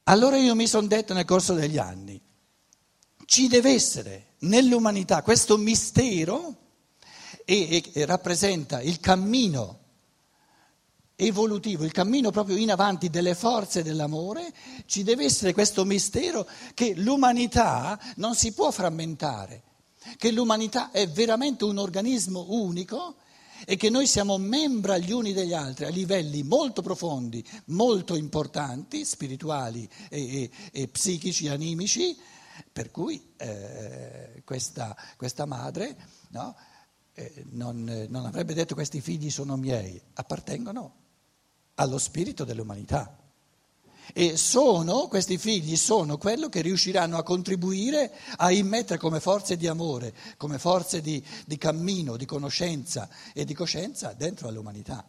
Allora io mi sono detto nel corso degli anni, ci deve essere nell'umanità questo mistero e rappresenta il cammino evolutivo, il cammino proprio in avanti delle forze dell'amore, ci deve essere questo mistero che l'umanità non si può frammentare, che l'umanità è veramente un organismo unico e che noi siamo membra gli uni degli altri a livelli molto profondi, molto importanti, spirituali e psichici, animici, per cui questa madre, no, non avrebbe detto questi figli sono miei, appartengono allo spirito dell'umanità. E questi figli sono quello che riusciranno a contribuire a immettere come forze di amore, come forze di cammino, di conoscenza e di coscienza dentro all'umanità.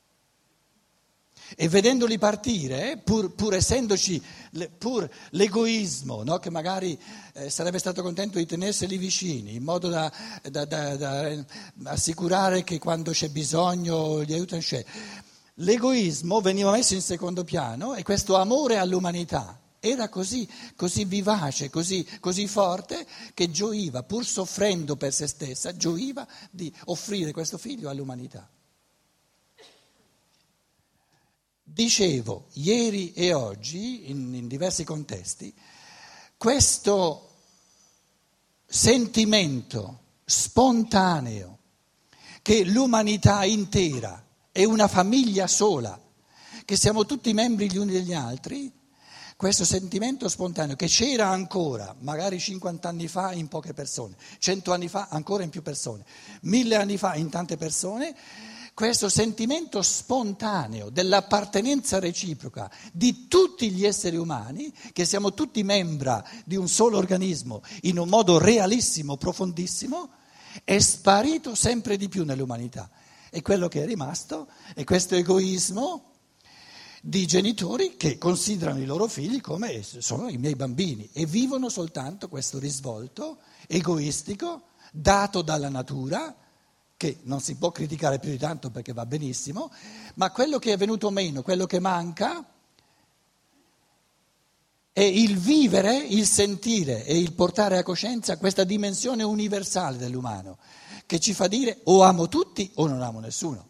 E vedendoli partire, pur essendoci pur l'egoismo, no, che magari sarebbe stato contento di tenerseli vicini, in modo da assicurare che quando c'è bisogno gli aiutano. L'egoismo veniva messo in secondo piano e questo amore all'umanità era così vivace, così forte, che gioiva, pur soffrendo per se stessa, gioiva di offrire questo figlio all'umanità. Dicevo, ieri e oggi, in diversi contesti, questo sentimento spontaneo che l'umanità intera è una famiglia sola, che siamo tutti membri gli uni degli altri, questo sentimento spontaneo che c'era ancora, magari 50 anni fa in poche persone, 100 anni fa ancora in più persone, 1000 anni fa in tante persone, questo sentimento spontaneo dell'appartenenza reciproca di tutti gli esseri umani, che siamo tutti membra di un solo organismo in un modo realissimo, profondissimo, è sparito sempre di più nell'umanità. E quello che è rimasto è questo egoismo di genitori che considerano i loro figli come sono i miei bambini e vivono soltanto questo risvolto egoistico dato dalla natura, che non si può criticare più di tanto perché va benissimo, ma quello che è venuto meno, quello che manca è il vivere, il sentire e il portare a coscienza questa dimensione universale dell'umano, che ci fa dire o amo tutti o non amo nessuno.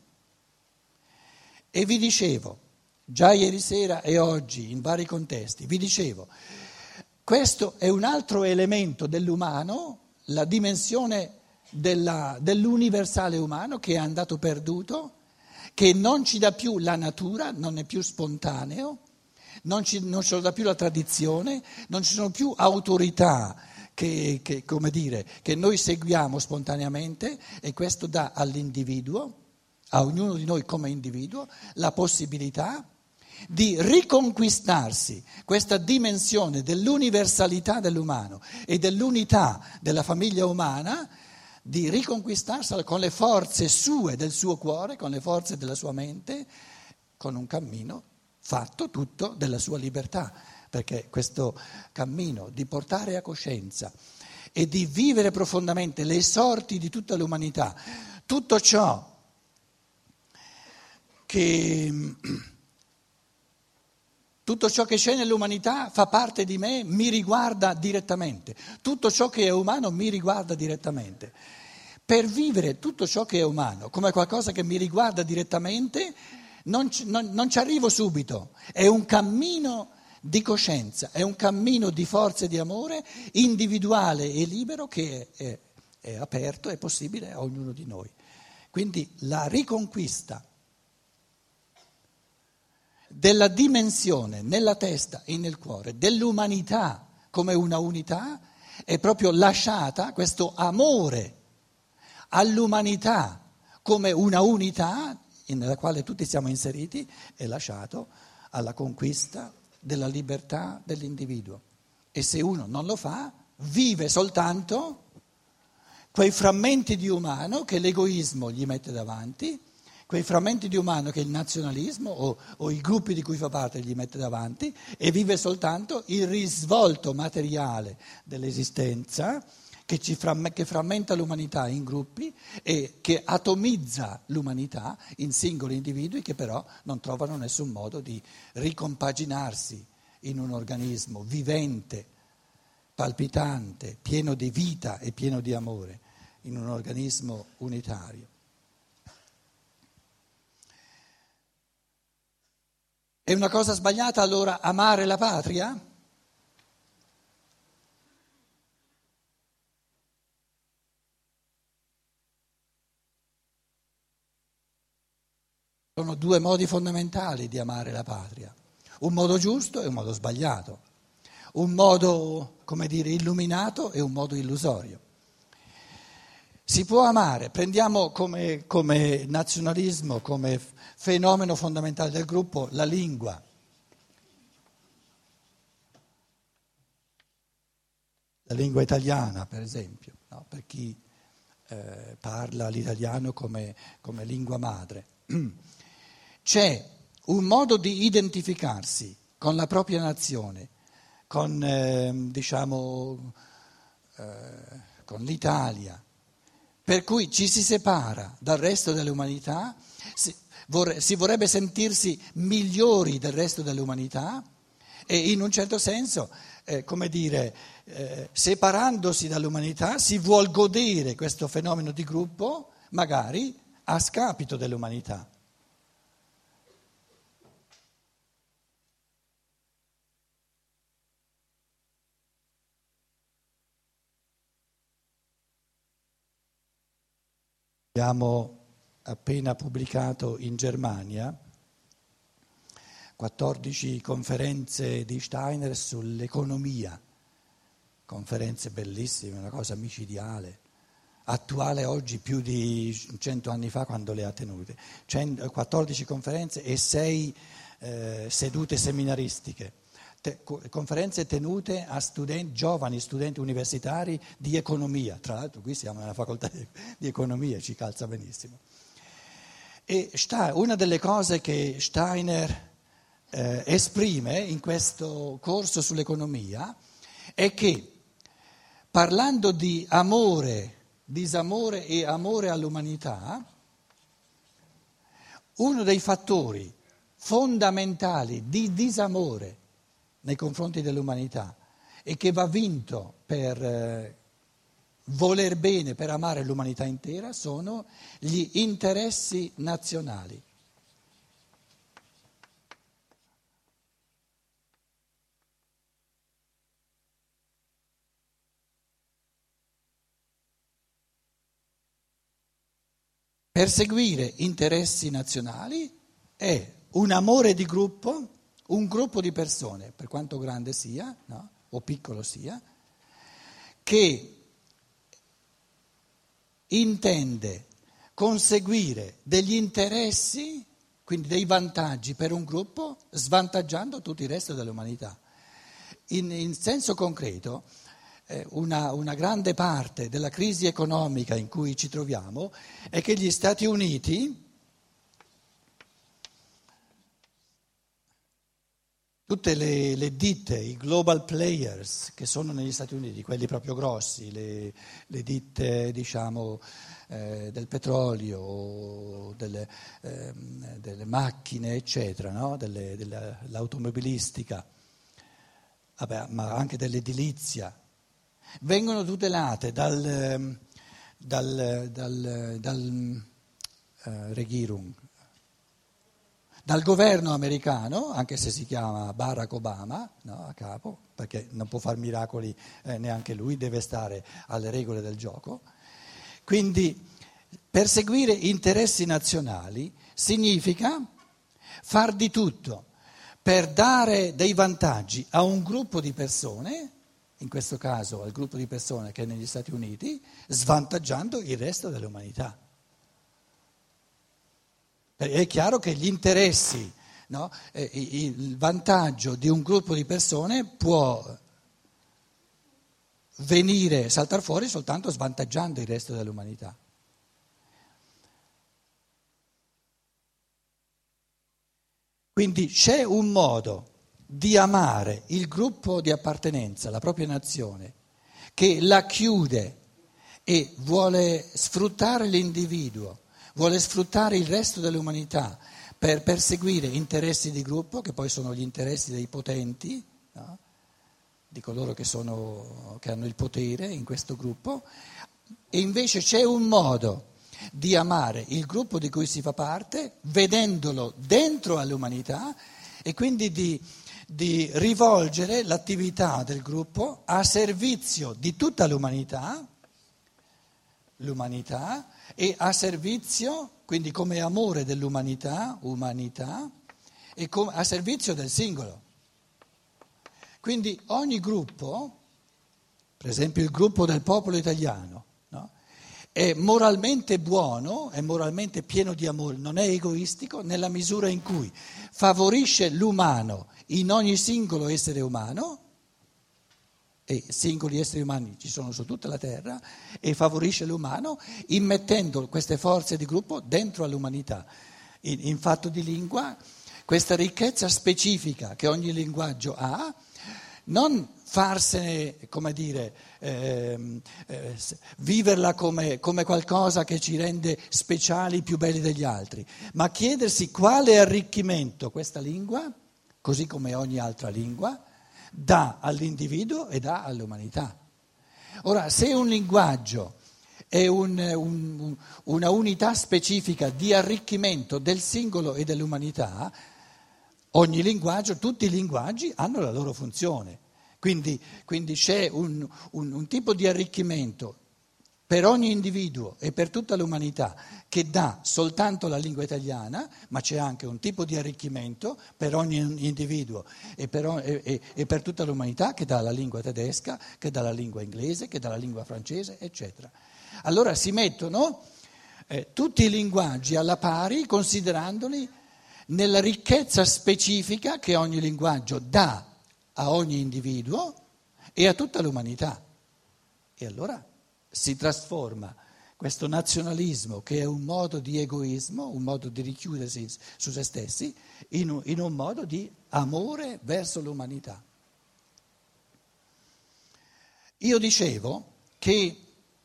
E vi dicevo, già ieri sera e oggi in vari contesti, vi dicevo, questo è un altro elemento dell'umano, la dimensione dell'universale umano che è andato perduto, che non ci dà più la natura, non è più spontaneo, non ce lo dà più la tradizione, non ci sono più autorità che noi seguiamo spontaneamente, e questo dà all'individuo, a ognuno di noi come individuo, la possibilità di riconquistarsi questa dimensione dell'universalità dell'umano e dell'unità della famiglia umana, di riconquistarsela con le forze sue, del suo cuore, con le forze della sua mente, con un cammino fatto tutto della sua libertà, perché questo cammino di portare a coscienza e di vivere profondamente le sorti di tutta l'umanità, tutto ciò che c'è nell'umanità fa parte di me, mi riguarda direttamente, tutto ciò che è umano mi riguarda direttamente. Per vivere tutto ciò che è umano come qualcosa che mi riguarda direttamente non ci arrivo subito, è un cammino di coscienza, è un cammino di forza e di amore individuale e libero che è aperto, è possibile a ognuno di noi. Quindi la riconquista della dimensione nella testa e nel cuore dell'umanità come una unità è proprio lasciata, questo amore all'umanità come una unità nella quale tutti siamo inseriti, è lasciato alla conquista della libertà dell'individuo. E se uno non lo fa, vive soltanto quei frammenti di umano che l'egoismo gli mette davanti, quei frammenti di umano che il nazionalismo o i gruppi di cui fa parte gli mette davanti, e vive soltanto il risvolto materiale dell'esistenza che frammenta l'umanità in gruppi e che atomizza l'umanità in singoli individui che però non trovano nessun modo di ricompaginarsi in un organismo vivente, palpitante, pieno di vita e pieno di amore, in un organismo unitario. È una cosa sbagliata allora amare la patria? Sono due modi fondamentali di amare la patria, un modo giusto e un modo sbagliato, un modo, come dire, illuminato e un modo illusorio. Si può amare, prendiamo come nazionalismo, come fenomeno fondamentale del gruppo, la lingua. La lingua italiana, per esempio, no? Per chi parla l'italiano come lingua madre. C'è un modo di identificarsi con la propria nazione, con l'Italia, per cui ci si separa dal resto dell'umanità, si vorrebbe sentirsi migliori del resto dell'umanità e in un certo senso, separandosi dall'umanità si vuol godere questo fenomeno di gruppo, magari a scapito dell'umanità. Abbiamo appena pubblicato in Germania 14 conferenze di Steiner sull'economia, conferenze bellissime, una cosa micidiale, attuale oggi più di 100 anni fa quando le ha tenute. 14 conferenze e 6 sedute seminaristiche. Conferenze tenute a giovani studenti universitari di economia, tra l'altro qui siamo nella facoltà di economia, ci calza benissimo. E una delle cose che Steiner esprime in questo corso sull'economia è che parlando di amore, disamore e amore all'umanità, uno dei fattori fondamentali di disamore nei confronti dell'umanità e che va vinto per voler bene, per amare l'umanità intera, sono gli interessi nazionali. Perseguire interessi nazionali è un amore di gruppo, un gruppo di persone, per quanto grande sia, no? O piccolo sia, che intende conseguire degli interessi, quindi dei vantaggi per un gruppo, svantaggiando tutto il resto dell'umanità. In senso concreto, una grande parte della crisi economica in cui ci troviamo è che gli Stati Uniti, tutte le ditte, i global players che sono negli Stati Uniti, quelli proprio grossi, le ditte del petrolio, delle macchine eccetera, no? Dell'automobilistica, ma anche dell'edilizia, vengono tutelate dal Regierung, dal governo americano, anche se si chiama Barack Obama, no, a capo, perché non può far miracoli neanche lui, deve stare alle regole del gioco. Quindi perseguire interessi nazionali significa far di tutto per dare dei vantaggi a un gruppo di persone, in questo caso al gruppo di persone che è negli Stati Uniti, svantaggiando il resto dell'umanità. È chiaro che gli interessi, no? Il vantaggio di un gruppo di persone può saltar fuori soltanto svantaggiando il resto dell'umanità. Quindi c'è un modo di amare il gruppo di appartenenza, la propria nazione, che la chiude e vuole sfruttare l'individuo, vuole sfruttare il resto dell'umanità per perseguire interessi di gruppo, che poi sono gli interessi dei potenti, no? Di coloro che hanno il potere in questo gruppo, e invece c'è un modo di amare il gruppo di cui si fa parte, vedendolo dentro all'umanità, e quindi di rivolgere l'attività del gruppo a servizio di tutta l'umanità, e a servizio, quindi come amore dell'umanità, umanità, e a servizio del singolo. Quindi ogni gruppo, per esempio il gruppo del popolo italiano, no? È moralmente buono, è moralmente pieno di amore, non è egoistico nella misura in cui favorisce l'umano in ogni singolo essere umano, e singoli esseri umani ci sono su tutta la terra, e favorisce l'umano immettendo queste forze di gruppo dentro all'umanità. In fatto di lingua, questa ricchezza specifica che ogni linguaggio ha, non farsene, come dire, viverla come qualcosa che ci rende speciali, più belli degli altri, ma chiedersi quale arricchimento questa lingua, così come ogni altra lingua, dà all'individuo e dà all'umanità. Ora, se un linguaggio è una unità specifica di arricchimento del singolo e dell'umanità, ogni linguaggio, tutti i linguaggi hanno la loro funzione. Quindi c'è un tipo di arricchimento per ogni individuo e per tutta l'umanità che dà soltanto la lingua italiana, ma c'è anche un tipo di arricchimento per ogni individuo e per tutta l'umanità che dà la lingua tedesca, che dà la lingua inglese, che dà la lingua francese, eccetera. Allora si mettono tutti i linguaggi alla pari, considerandoli nella ricchezza specifica che ogni linguaggio dà a ogni individuo e a tutta l'umanità. E allora si trasforma questo nazionalismo, che è un modo di egoismo, un modo di richiudersi su se stessi, in un modo di amore verso l'umanità. Io dicevo che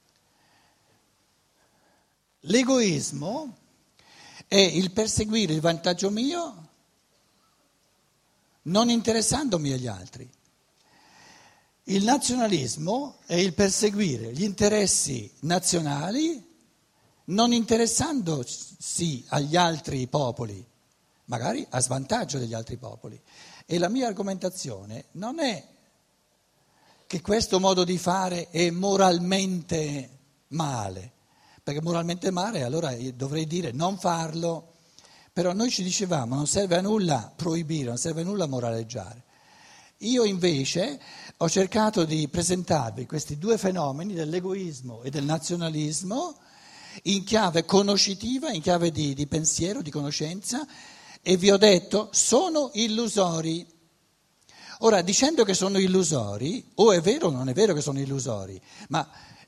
l'egoismo è il perseguire il vantaggio mio non interessandomi agli altri. Il nazionalismo è il perseguire gli interessi nazionali non interessandosi agli altri popoli, magari a svantaggio degli altri popoli. E la mia argomentazione non è che questo modo di fare è moralmente male, perché moralmente male allora dovrei dire non farlo, però noi ci dicevamo non serve a nulla proibire, non serve a nulla moraleggiare. Io invece ho cercato di presentarvi questi due fenomeni dell'egoismo e del nazionalismo in chiave conoscitiva, in chiave di pensiero, di conoscenza, e vi ho detto sono illusori. Ora, dicendo che sono illusori, o è vero o non è vero che sono illusori, ma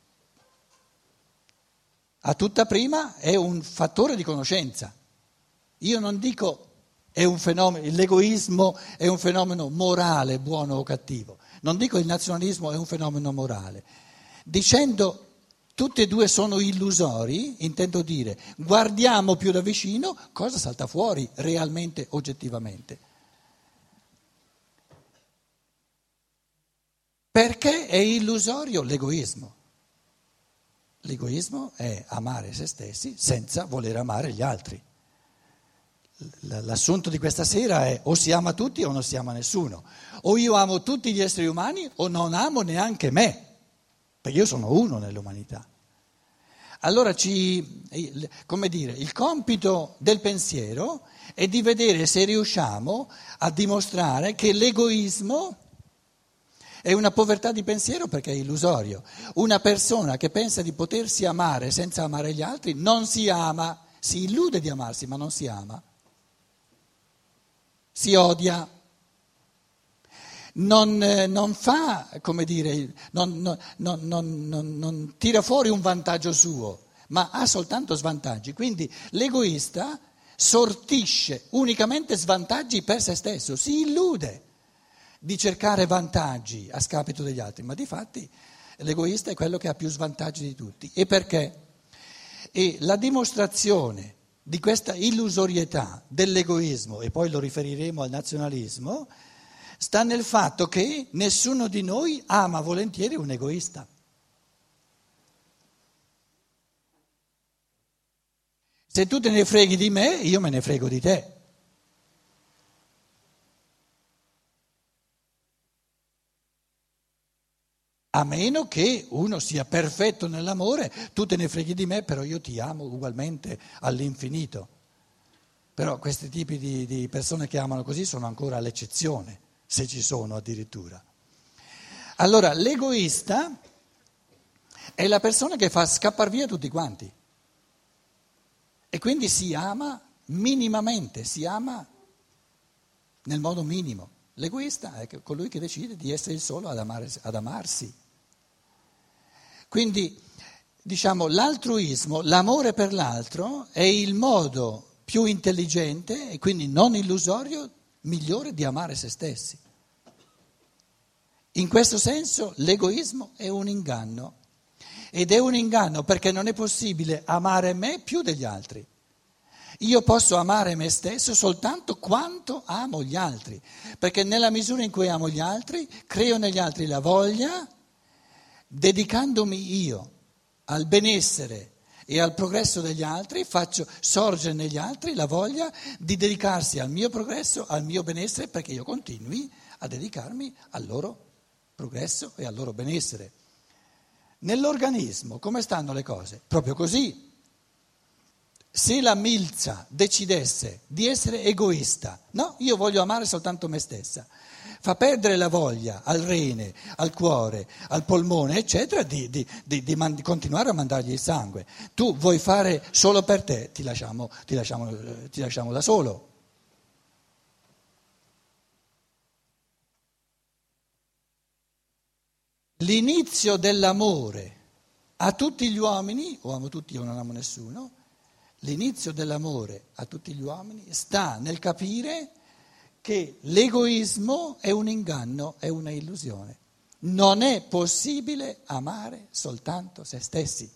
a tutta prima è un fattore di conoscenza. Io non dico è un fenomeno, l'egoismo è un fenomeno morale, buono o cattivo. Non dico il nazionalismo è un fenomeno morale. Dicendo tutti e due sono illusori, intendo dire guardiamo più da vicino cosa salta fuori realmente, oggettivamente. Perché è illusorio l'egoismo? L'egoismo è amare se stessi senza voler amare gli altri. L'assunto di questa sera è o si ama tutti o non si ama nessuno, o io amo tutti gli esseri umani o non amo neanche me, perché io sono uno nell'umanità. Allora come dire, il compito del pensiero è di vedere se riusciamo a dimostrare che l'egoismo è una povertà di pensiero perché è illusorio. Una persona che pensa di potersi amare senza amare gli altri non si ama, si illude di amarsi ma non si ama. Si odia, non fa, come dire, non tira fuori un vantaggio suo, ma ha soltanto svantaggi. Quindi l'egoista sortisce unicamente svantaggi per se stesso, si illude di cercare vantaggi a scapito degli altri, ma difatti l'egoista è quello che ha più svantaggi di tutti. E perché? E la dimostrazione di questa illusorietà dell'egoismo, e poi lo riferiremo al nazionalismo, sta nel fatto che nessuno di noi ama volentieri un egoista. Se tu te ne freghi di me, io me ne frego di te. A meno che uno sia perfetto nell'amore, tu te ne freghi di me, però io ti amo ugualmente all'infinito. Però questi tipi di persone che amano così sono ancora l'eccezione, se ci sono addirittura. Allora, l'egoista è la persona che fa scappare via tutti quanti e quindi si ama minimamente, si ama nel modo minimo. L'egoista è colui che decide di essere il solo ad amarsi. Quindi, diciamo, l'altruismo, l'amore per l'altro, è il modo più intelligente e quindi non illusorio, migliore di amare se stessi. In questo senso l'egoismo è un inganno. Ed è un inganno perché non è possibile amare me più degli altri. Io posso amare me stesso soltanto quanto amo gli altri, perché nella misura in cui amo gli altri, creo negli altri la voglia, dedicandomi io al benessere e al progresso degli altri, faccio sorgere negli altri la voglia di dedicarsi al mio progresso, al mio benessere, perché io continui a dedicarmi al loro progresso e al loro benessere. Nell'organismo come stanno le cose? Proprio così. Se la milza decidesse di essere egoista, no, io voglio amare soltanto me stessa, fa perdere la voglia al rene, al cuore, al polmone, eccetera, di continuare a mandargli il sangue. Tu vuoi fare solo per te, ti lasciamo da solo. L'inizio dell'amore a tutti gli uomini, o amo tutti o non amo nessuno, l'inizio dell'amore a tutti gli uomini sta nel capire che l'egoismo è un inganno, è una illusione. Non è possibile amare soltanto se stessi.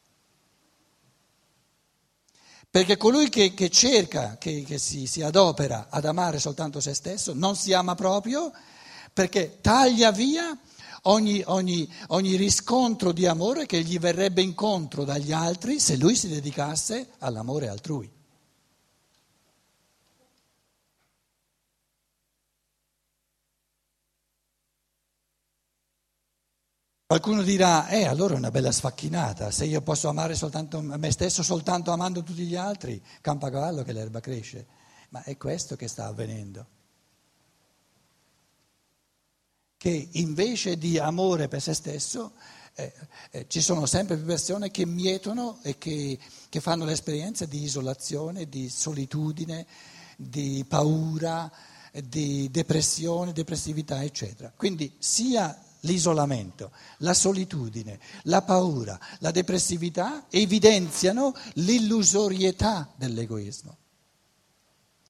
Perché colui che cerca, che si adopera ad amare soltanto se stesso, non si ama proprio, perché taglia via ogni riscontro di amore che gli verrebbe incontro dagli altri se lui si dedicasse all'amore altrui. Qualcuno dirà, allora è una bella sfacchinata, se io posso amare soltanto me stesso, soltanto amando tutti gli altri, campa a cavallo che l'erba cresce. Ma è questo che sta avvenendo. Che invece di amore per se stesso ci sono sempre più persone che mietono e che fanno l'esperienza di isolazione, di solitudine, di paura, di depressione, depressività, eccetera. Quindi sia l'isolamento, la solitudine, la paura, la depressività evidenziano l'illusorietà dell'egoismo.